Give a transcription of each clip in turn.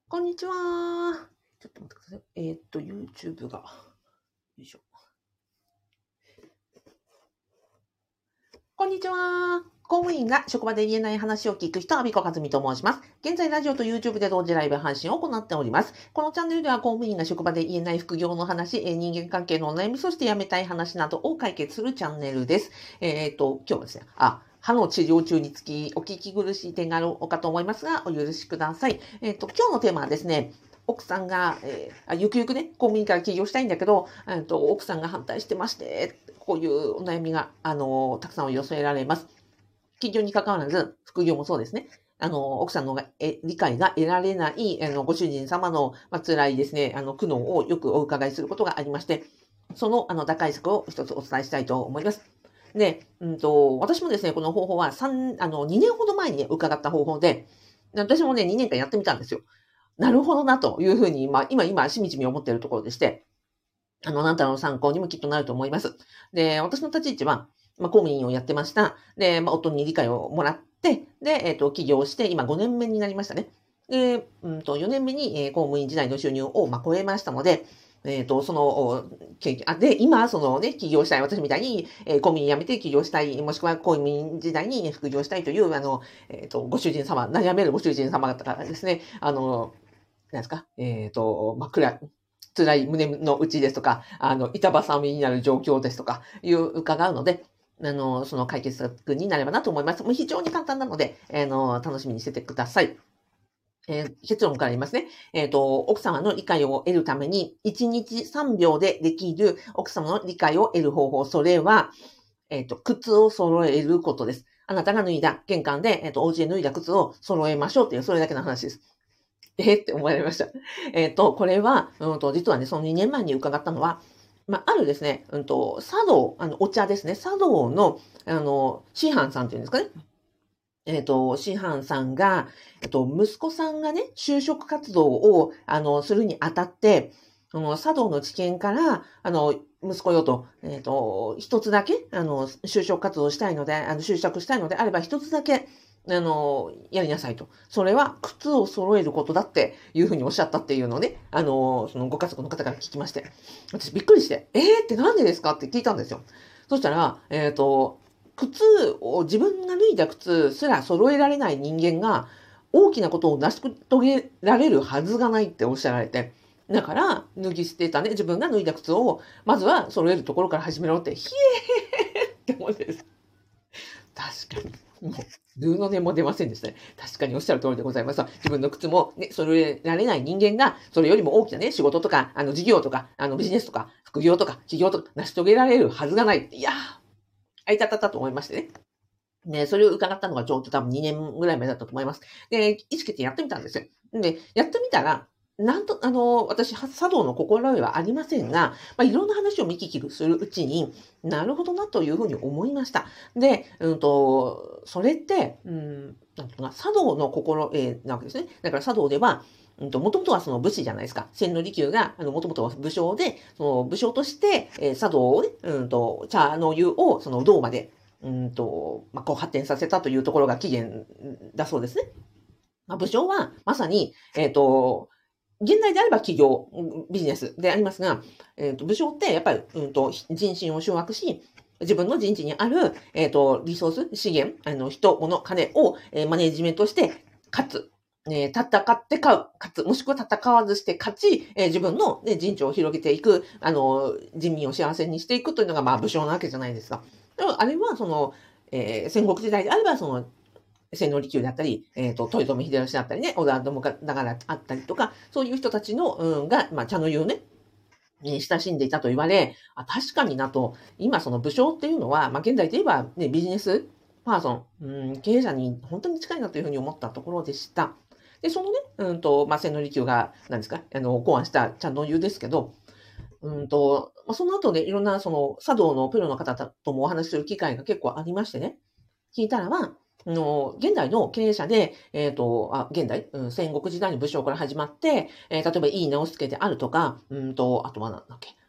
こんにちは。ちょっと待ってください。YouTube が。よいしょ。こんにちは。公務員が職場で言えない話を聞く人、阿比子和美と申します。現在、ラジオと YouTube で同時ライブ配信を行っております。このチャンネルでは公務員が職場で言えない副業の話、人間関係のお悩み、そして辞めたい話などを解決するチャンネルです。今日はですね、歯の治療中につきお聞き苦しい点があろうかと思いますが、お許しください。今日のテーマはですね、奥さんが、ゆくゆくね、公務員から起業したいんだけど、奥さんが反対してまして、こういうお悩みが、たくさん寄せられます。起業に関わらず、副業もそうですね。奥さんの理解が得られない、ご主人様の、辛いですね、苦悩をよくお伺いすることがありまして、その、打開策を一つお伝えしたいと思います。で、私もですね、この方法は2年ほど前に伺った方法で、私もね、2年間やってみたんですよ。なるほどな、というふうに、今、しみじみ思っているところでして、あなたの参考にもきっとなると思います。で、私の立ち位置は、公務員をやってました。で、夫に理解をもらって、で、起業して、今5年目になりましたね。で、4年目に、公務員時代の収入を、超えましたので、その、経験、で、今、そのね、起業したい、私みたいに、公務員辞めて起業したい、もしくは公務員時代に副業したいという、ご主人様、悩めるご主人様方からですね、なんですか、辛い胸の内ですとか、板挟みになる状況ですとか、伺うので、その解決策になればなと思います。もう非常に簡単なので、楽しみにしててください。結論から言いますね。奥様の理解を得るために、1日3秒でできる奥様の理解を得る方法、それは、靴を揃えることです。あなたが脱いだ玄関で、お家で脱いだ靴を揃えましょうっていう、それだけの話です。って思われました。これは、実はね、その2年前に伺ったのは、あるですね、茶道、お茶ですね、茶道の、師範さんっていうんですかね。師範さんが、息子さんがね、就職活動を、するにあたって、茶道の知見から、息子よと、一つだけ、就職活動したいので、就職したいのであれば、一つだけ、やりなさいと。それは、靴を揃えることだっていうふうにおっしゃったっていうのをね、そのご家族の方から聞きまして。私びっくりして、ってなんでですかって聞いたんですよ。そしたら、靴を、自分が脱いだ靴すら揃えられない人間が、大きなことを成し遂げられるはずがないっておっしゃられて、だから、脱ぎ捨てたね、自分が脱いだ靴を、まずは揃えるところから始めろって、ひえーって思うんです。確かに。もう、ルーの音も出ませんでしたね。確かにおっしゃる通りでございます。自分の靴もね、揃えられない人間が、それよりも大きなね、仕事とか、事業とか、ビジネスとか、副業とか、企業とか、成し遂げられるはずがない。いやー、あいたたたと思いましてね。ね、それを伺ったのがちょうど多分2年ぐらい前だったと思います。で、意識してやってみたんですよ。で、やってみたら、私、茶道の心得はありませんが、いろんな話を見聞きするうちに、なるほどなというふうに思いました。で、それって、なんていうかな、茶道の心得なわけですね。だから茶道では、もともとはその武士じゃないですか。千利休が、もともとは武将で、その武将として、茶道をね、茶の湯を、その道まで、こう発展させたというところが起源だそうですね。武将は、まさに、現代であれば企業、ビジネスでありますが、武将ってやっぱり、人心を掌握し、自分の陣地にある、リソース、資源、人、物、金を、マネジメントして勝つ。戦って勝う、勝つ、もしくは戦わずして勝ち、自分の、ね、陣地を広げていく、人民を幸せにしていくというのが、武将なわけじゃないですか。あれは、その、戦国時代であれば、その、千利休だったり、豊臣秀吉だったりね、織田信長があったりとか、そういう人たちの、が、茶の湯をね、親しんでいたと言われ、確かになと、今その武将っていうのは、現代で言えば、ね、ビジネスパーソン、経営者に本当に近いなというふうに思ったところでした。で、そのね、千利休が、何ですか、考案した茶の湯ですけど、その後ね、いろんなその茶道のプロの方ともお話しする機会が結構ありましてね、聞いたらば、現代の経営者で、現代、戦国時代の武将から始まって、例えば、井伊直弼であるとか、あとはなんだっけ、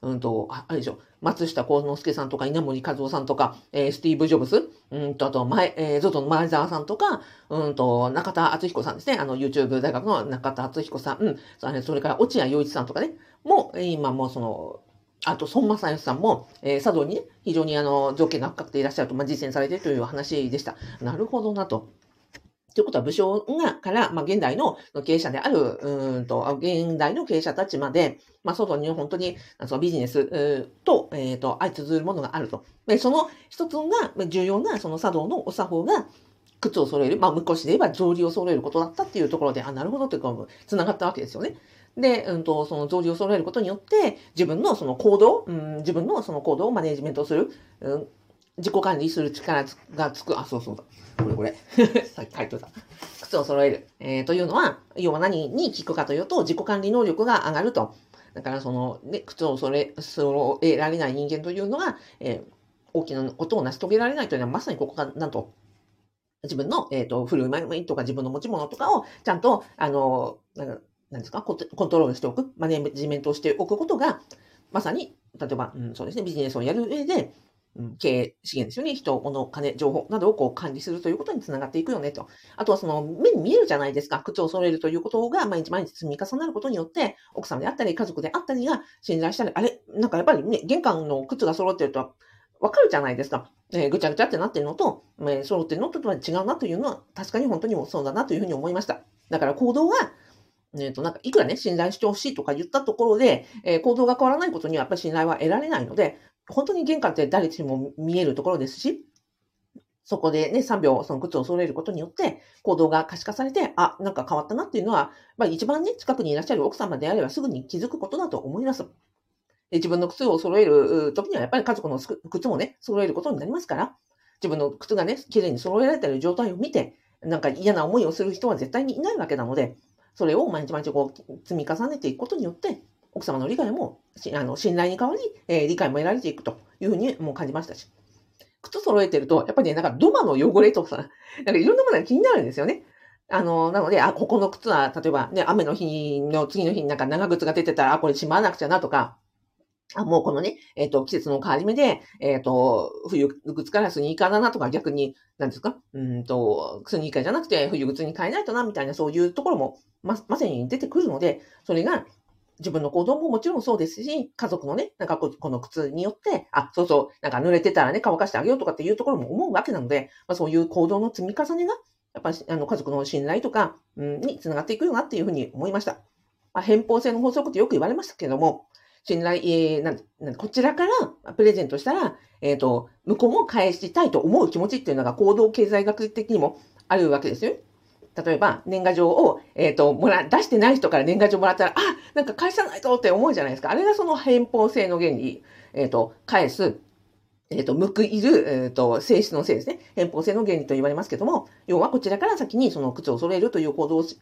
あれでしょ、松下幸之助さんとか、稲森和夫さんとか、スティーブ・ジョブズ、あと、ZOZO の前澤さんとか、中田敦彦さんですね。YouTube 大学の中田敦彦さん、それから落合陽一さんとかね、もう、今もうあと、孫正義さんも、茶道にね、非常に造形が深くていらっしゃると、実践されているという話でした。なるほどなと。ということは、武将から、現代の経営者である、現代の経営者たちまで、外に本当に、そのビジネスと、相通ずるものがあると。で、その一つが、重要な、その茶道のお作法が、靴を揃える、昔で言えば草履を揃えることだったっていうところで、なるほどというか、繋がったわけですよね。で、その草履を揃えることによって、自分のその行動、自分のその行動をマネジメントする、自己管理する力がつく、そうそうだ。これ。さっき書いてた。靴を揃える。というのは、要は何に効くかというと、自己管理能力が上がると。だから靴を揃えられない人間というのは、大きなことを成し遂げられないというのは、まさにここが、なんと、自分の、振る舞いとか自分の持ち物とかを、ちゃんと、何ですか、コントロールしておく、マネジメントをしておくことが、まさに、例えば、そうですね、ビジネスをやる上で、経営資源ですよね。人、物、金、情報などを管理するということにつながっていくよねと。あとは目に見えるじゃないですか。靴を揃えるということが毎日毎日積み重なることによって、奥様であったり、家族であったりが信頼したり、なんかやっぱりね、玄関の靴が揃ってるとわかるじゃないですか。ぐちゃぐちゃってなってるのと、揃ってるのとは違うなというのは、確かに本当にもそうだなというふうに思いました。だから行動が、いくらね、信頼してほしいとか言ったところで、行動が変わらないことにはやっぱり信頼は得られないので、本当に玄関って誰しも見えるところですし、そこでね、3秒その靴を揃えることによって、行動が可視化されて、なんか変わったなっていうのは、一番ね、近くにいらっしゃる奥様であればすぐに気づくことだと思います。で自分の靴を揃える時には、やっぱり家族の靴もね、揃えることになりますから、自分の靴がね、綺麗に揃えられている状態を見て、なんか嫌な思いをする人は絶対にいないわけなので、それを毎日毎日積み重ねていくことによって、奥様の理解も、信頼に代わり、理解も得られていくというふうにもう感じましたし。靴揃えてると、やっぱりね、なんか土間の汚れとか、なんかいろんなものが気になるんですよね。なので、ここの靴は、例えばね、雨の日の次の日になんか長靴が出てたら、これしまわなくちゃなとか、もうこのね、季節の変わり目で、冬靴からスニーカーだなとか、逆に、何ですかスニーカーじゃなくて冬靴に変えないとな、みたいなそういうところも、まさに出てくるので、それが、自分の行動ももちろんそうですし、家族のね、なんかこの靴によって、そうそう、なんか濡れてたらね、乾かしてあげようとかっていうところも思うわけなので、そういう行動の積み重ねが、やっぱり、家族の信頼とか、につながっていくよなっていうふうに思いました。偏方性の法則ってよく言われましたけども、信頼、こちらからプレゼントしたら、向こうも返したいと思う気持ちっていうのが行動経済学的にもあるわけですよ。例えば、年賀状を、出してない人から年賀状もらったら、なんか返さないとって思うじゃないですか。あれがその偏方性の原理。返す、報いる、性質のせいですね。偏方性の原理と言われますけども、要はこちらから先にその靴を揃えるという行動をして、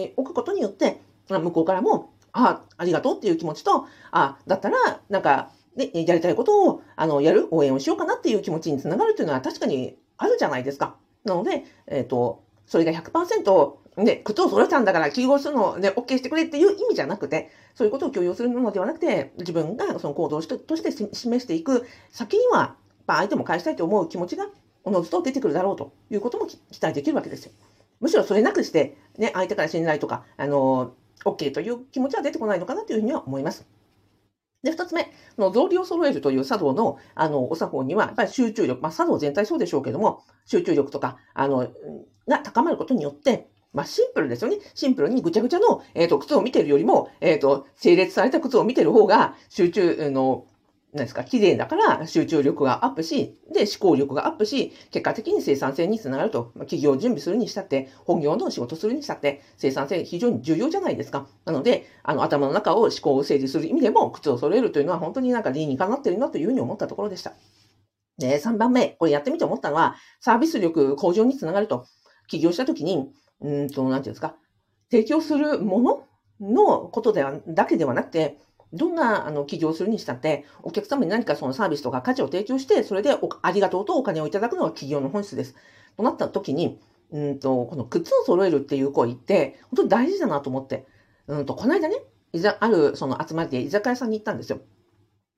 おくことによって、向こうからも、ありがとうっていう気持ちと、だったら、なんか、ね、やりたいことを、応援をしようかなっていう気持ちにつながるというのは確かにあるじゃないですか。なので、それが100%、ね、靴を揃えたんだから起業するのをね、OK してくれっていう意味じゃなくて、そういうことを強要するのではなくて、自分がその行動として示していく先には、相手も返したいと思う気持ちが、おのずと出てくるだろうということも期待できるわけですよ。むしろそれなくして、ね、相手から信頼とか、OK という気持ちは出てこないのかなというふうには思います。で、二つ目、草履を揃えるという茶道の、お作法には、やっぱり集中力、茶道全体そうでしょうけども、集中力とか、が高まることによって、シンプルですよね。シンプルにぐちゃぐちゃの、靴を見てるよりも、整列された靴を見てる方が、集中なんですか、綺麗だから集中力がアップし、で、思考力がアップし、結果的に生産性につながると。企業準備するにしたって、本業の仕事するにしたって、生産性非常に重要じゃないですか。なので、頭の中を思考を整理する意味でも、靴を揃えるというのは本当になんか理にかなってるなというふうに思ったところでした。で、3番目、これやってみて思ったのは、サービス力向上につながると。起業したときに、なんていうんですか、提供するもののことだけではなくて、どんな起業するにしたって、お客様に何かそのサービスとか価値を提供して、それでありがとうとお金をいただくのが起業の本質です。となった時に、この靴を揃えるっていう行為って、本当に大事だなと思って、この間ね、あるその集まりで居酒屋さんに行ったんですよ。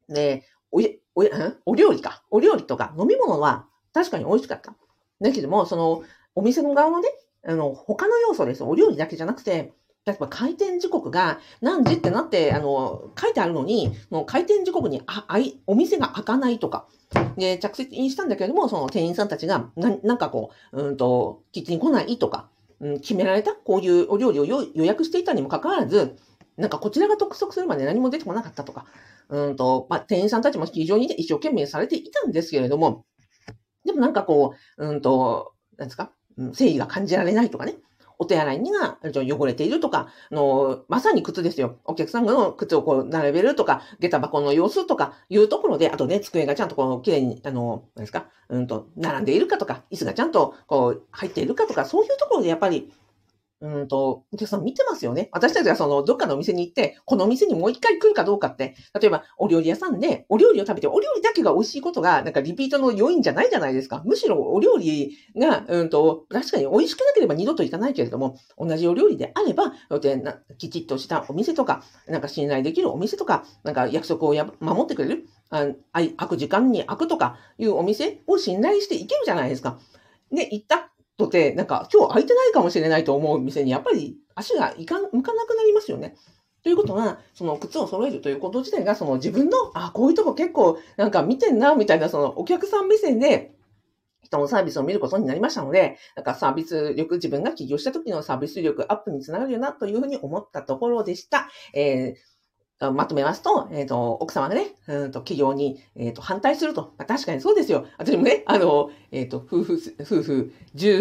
で、お料理か。お料理とか飲み物は確かに美味しかった。だけども、その、お店の側のね、他の要素です。お料理だけじゃなくて、例えば開店時刻が何時ってなって、書いてあるのに、もう開店時刻にお店が開かないとか、で、着席にしたんだけれども、その店員さんたちが、なんかこう、キッチンに来ないとか、決められた、こういうお料理を予約していたにもかかわらず、なんかこちらが督促するまで何も出てこなかったとか、店員さんたちも非常にね一生懸命されていたんですけれども、でもなんかこう、なんですか、誠意が感じられないとかね。お手洗いにが汚れているとか、まさに靴ですよ。お客さんの靴をこう並べるとか、下駄箱の様子とかいうところで、あとね、机がちゃんとこう綺麗に、何ですか、並んでいるかとか、椅子がちゃんとこう入っているかとか、そういうところでやっぱりお客さん見てますよね。私たちがその、どっかのお店に行って、このお店にもう一回来るかどうかって、例えば、お料理屋さんで、お料理を食べて、お料理だけが美味しいことが、なんかリピートの要因じゃないじゃないですか。むしろ、お料理が、確かに美味しくなければ二度と行かないけれども、同じお料理であれば、きちっとしたお店とか、なんか信頼できるお店とか、なんか約束を守ってくれる、開く時間に開くとかいうお店を信頼していけるじゃないですか。で、行ったとて、なんか今日空いてないかもしれないと思う店にやっぱり足が向かなくなりますよね。ということは、その靴を揃えるということ自体が、その自分の、こういうとこ結構なんか見てんな、みたいな、そのお客さん目線で、人のサービスを見ることになりましたので、なんかサービス力、自分が起業した時のサービス力アップにつながるよな、というふうに思ったところでした。まとめますと、奥様がね、企業に、反対すると。確かにそうですよ。私もね、夫婦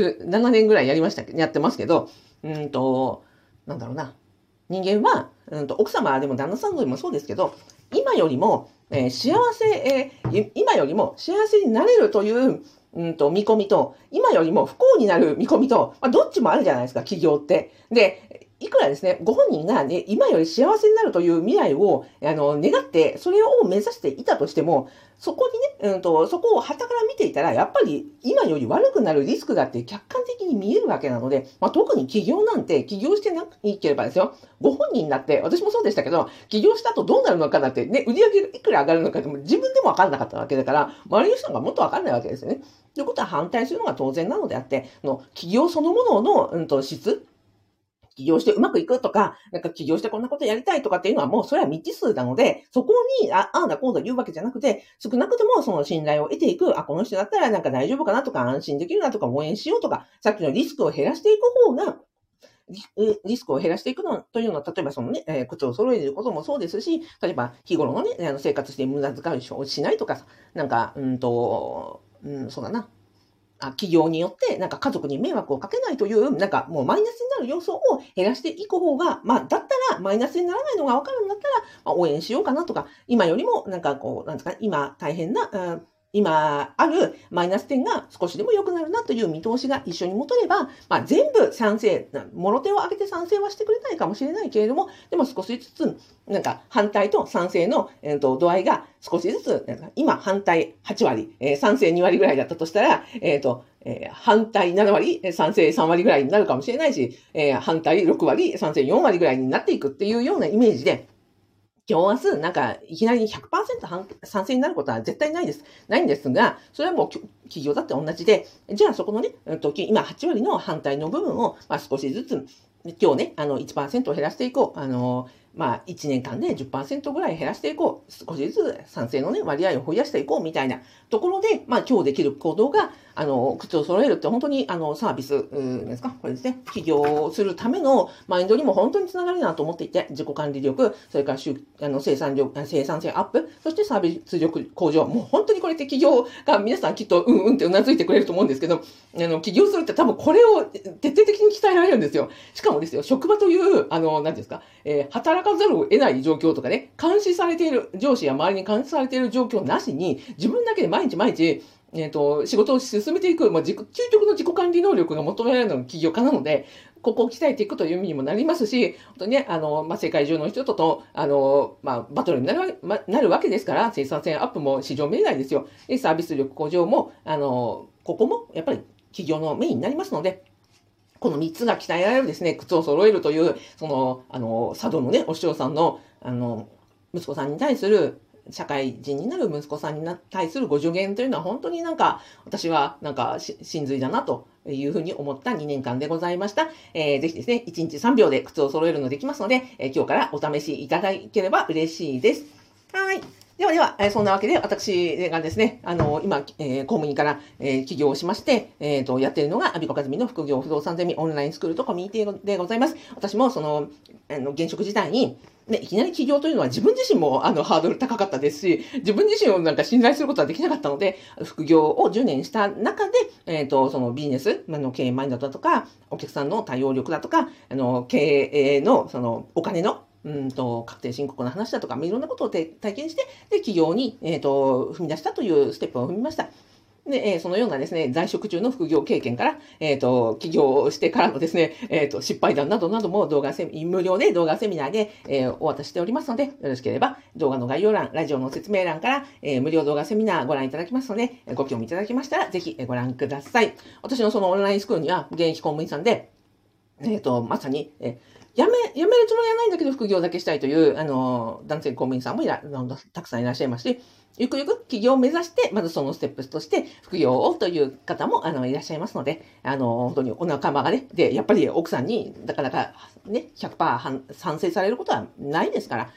17年ぐらいやってますけど、なんだろうな。人間は、奥様でも旦那さんでもそうですけど、今よりも幸せになれるという、見込みと、今よりも不幸になる見込みと、どっちもあるじゃないですか、企業って。で、いくらですね、ご本人がね、今より幸せになるという未来を、願って、それを目指していたとしても、そこにね、そこを傍から見ていたら、やっぱり今より悪くなるリスクがあって客観的に見えるわけなので、特に起業なんて、起業してなければですよ、ご本人だって、私もそうでしたけど、起業した後どうなるのかなって、ね、売り上げがいくら上がるのかでも自分でも分からなかったわけだから、周りの人がもっと分からないわけですよね。ということは反対するのが当然なのであって、起業そのものの、質、起業してうまくいくとか、なんか起業してこんなことやりたいとかっていうのはもうそれは未知数なので、そこにああだこうだ言うわけじゃなくて、少なくともその信頼を得ていく、この人だったらなんか大丈夫かなとか、安心できるなとか、応援しようとか、さっきのリスクを減らしていく方が、リスクを減らしていくのというのは、例えばそのね、靴を揃えることもそうですし、例えば日頃のね、生活して無駄遣いをしないとか、なんか、そうだな。企業によって、なんか家族に迷惑をかけないという、なんかもうマイナスになる要素を減らしていく方が、だったら、マイナスにならないのがわかるんだったら、応援しようかなとか、今よりも、なんかこう、なんですかね、今大変な、今あるマイナス点が少しでも良くなるなという見通しが一緒に持とれば、全部賛成、もろ手を挙げて賛成はしてくれないかもしれないけれども、でも少しずつ、なんか反対と賛成の、度合いが少しずつ、今反対8割、賛成2割ぐらいだったとしたら、反対7割、賛成3割ぐらいになるかもしれないし、反対6割、賛成4割ぐらいになっていくっていうようなイメージで、今日明日、なんか、いきなり100% 賛成になることは絶対ないんですが、それはもう企業だって同じで、じゃあそこのね、今8割の反対の部分を、少しずつ、今日ね、1% を減らしていこう。1年間で 10% ぐらい減らしていこう。少しずつ賛成のね、割合を増やしていこうみたいなところで、今日できる行動が、靴を揃えるって本当に、サービスですかこれですね。起業するためのマインドにも本当につながるなと思っていて、自己管理力、それから生産性アップ、そしてサービス力向上。もう本当にこれって起業が皆さんきっとってうなずいてくれると思うんですけど、起業するって多分これを徹底的に鍛えられるんですよ。しかもですよ、職場という、何ですか、働かざるを得ない状況とかね、監視されている、上司や周りに監視されている状況なしに、自分だけで毎日、仕事を進めていく、究極の自己管理能力が求められるのが起業家なので、ここを鍛えていくという意味にもなりますし、本当にね、世界中の人と、バトルになるわけですから、生産性アップも市場命題ですよ。で、サービス力向上も、ここもやっぱり企業のメインになりますので、この3つが鍛えられるですね、靴を揃えるという、佐渡のね、お師匠さんの、息子さんに対する、 社会人になる息子さんに対するご助言というのは本当になんか、私はなんか真髄だなというふうに思った2年間でございました。ぜひですね、1日3秒で靴を揃えるのできますので、今日からお試しいただければ嬉しいです。はい。では、そんなわけで、私がですね、今、公務員から、起業をしまして、やっているのが、アビコカズミの副業不動産ゼミオンラインスクールとコミュニティでございます。私も、現職時代に、ね、いきなり起業というのは自分自身もハードル高かったですし、自分自身をなんか信頼することはできなかったので、副業を10年した中で、そのビジネスの経営マインドだとか、お客さんの対応力だとか、経営のお金の確定申告の話だとか、いろんなことを体験して、で、起業に、踏み出したというステップを踏みました。で、そのようなですね、在職中の副業経験から、起業してからのですね、失敗談などなども無料で動画セミナーで、お渡ししておりますので、よろしければ動画の概要欄、ラジオの説明欄から、無料動画セミナーご覧いただきますので、ご興味いただけましたら、ぜひご覧ください。私のそのオンラインスクールには、現役公務員さんで、まさに、辞めるつもりはないんだけど、副業だけしたいという、男性公務員さんもたくさんいらっしゃいますし、ゆくゆく起業を目指して、まずそのステップとして、副業をという方も、いらっしゃいますので、本当にお仲間がね、で、やっぱり奥さんに、なかなかね、100% 賛成されることはないですから、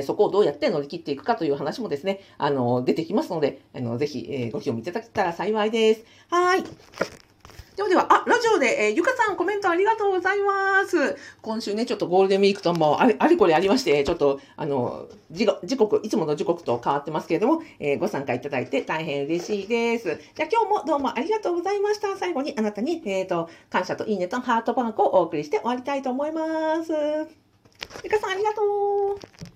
そこをどうやって乗り切っていくかという話もですね、出てきますので、ぜひ、ご興味いただけたら幸いです。はい。では、ラジオで、ゆかさんコメントありがとうございます。今週ね、ちょっとゴールデンウィークともあれこれありまして、ちょっと、時刻、いつもの時刻と変わってますけれども、ご参加いただいて大変嬉しいです。じゃあ今日もどうもありがとうございました。最後にあなたに、感謝といいねとハートマークをお送りして終わりたいと思います。ゆかさんありがとう。